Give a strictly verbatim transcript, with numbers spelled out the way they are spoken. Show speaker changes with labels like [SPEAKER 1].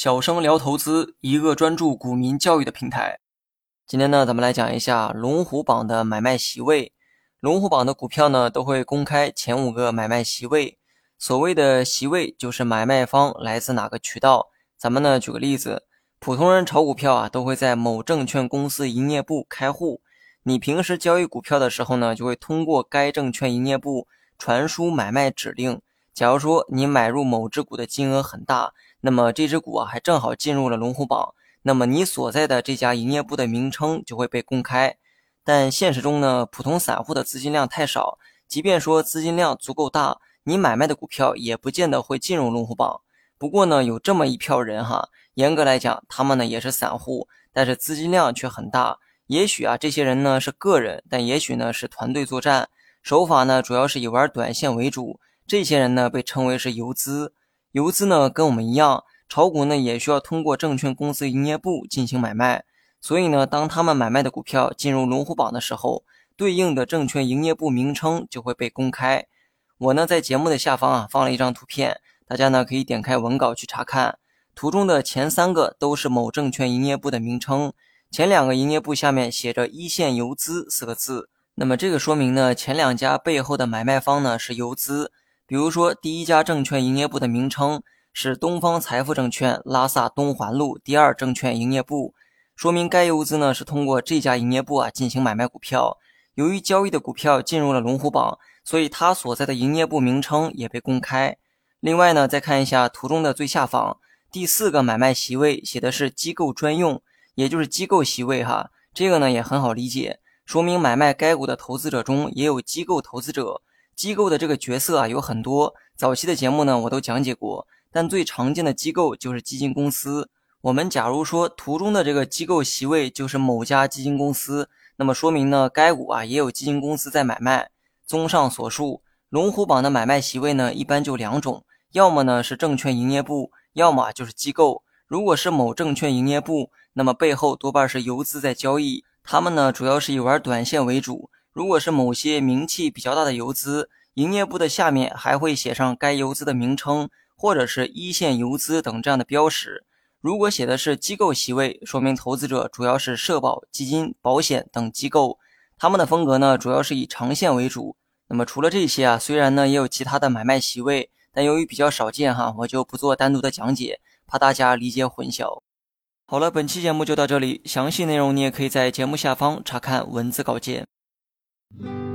[SPEAKER 1] 小生聊投资，一个专注股民教育的平台。今天呢，咱们来讲一下龙虎榜的买卖席位。龙虎榜的股票呢，都会公开前五个买卖席位。所谓的席位，就是买卖方来自哪个渠道。咱们呢，举个例子，普通人炒股票啊，都会在某证券公司营业部开户。你平时交易股票的时候呢，就会通过该证券营业部传输买卖指令。假如说你买入某只股的金额很大，那么这只股啊还正好进入了龙虎榜，那么你所在的这家营业部的名称就会被公开。但现实中呢，普通散户的资金量太少，即便说资金量足够大，你买卖的股票也不见得会进入龙虎榜。不过呢，有这么一票人哈，严格来讲，他们呢也是散户，但是资金量却很大。也许啊，这些人呢是个人，但也许呢是团队作战，手法呢主要是以玩短线为主。这些人呢被称为是游资。游资呢跟我们一样，炒股呢也需要通过证券公司营业部进行买卖。所以呢，当他们买卖的股票进入龙虎榜的时候，对应的证券营业部名称就会被公开。我呢在节目的下方啊放了一张图片，大家呢可以点开文稿去查看。图中的前三个都是某证券营业部的名称，前两个营业部下面写着一线游资四个字。那么这个说明呢，前两家背后的买卖方呢是游资。比如说第一家证券营业部的名称是东方财富证券拉萨东环路第二证券营业部，说明该游资呢是通过这家营业部啊进行买卖股票。由于交易的股票进入了龙虎榜，所以它所在的营业部名称也被公开。另外呢，再看一下图中的最下方，第四个买卖席位写的是机构专用，也就是机构席位哈，这个呢也很好理解，说明买卖该股的投资者中也有机构投资者。机构的这个角色啊有很多，早期的节目呢我都讲解过，但最常见的机构就是基金公司。我们假如说图中的这个机构席位就是某家基金公司，那么说明呢该股啊也有基金公司在买卖。综上所述，龙虎榜的买卖席位呢一般就两种，要么呢是证券营业部，要么就是机构。如果是某证券营业部，那么背后多半是游资在交易，他们呢主要是以玩短线为主。如果是某些名气比较大的游资，营业部的下面还会写上该游资的名称，或者是一线游资等这样的标识。如果写的是机构席位，说明投资者主要是社保、基金、保险等机构，他们的风格呢主要是以长线为主。那么除了这些啊，虽然呢也有其他的买卖席位，但由于比较少见哈，我就不做单独的讲解，怕大家理解混淆。好了，本期节目就到这里，详细内容你也可以在节目下方查看文字稿件。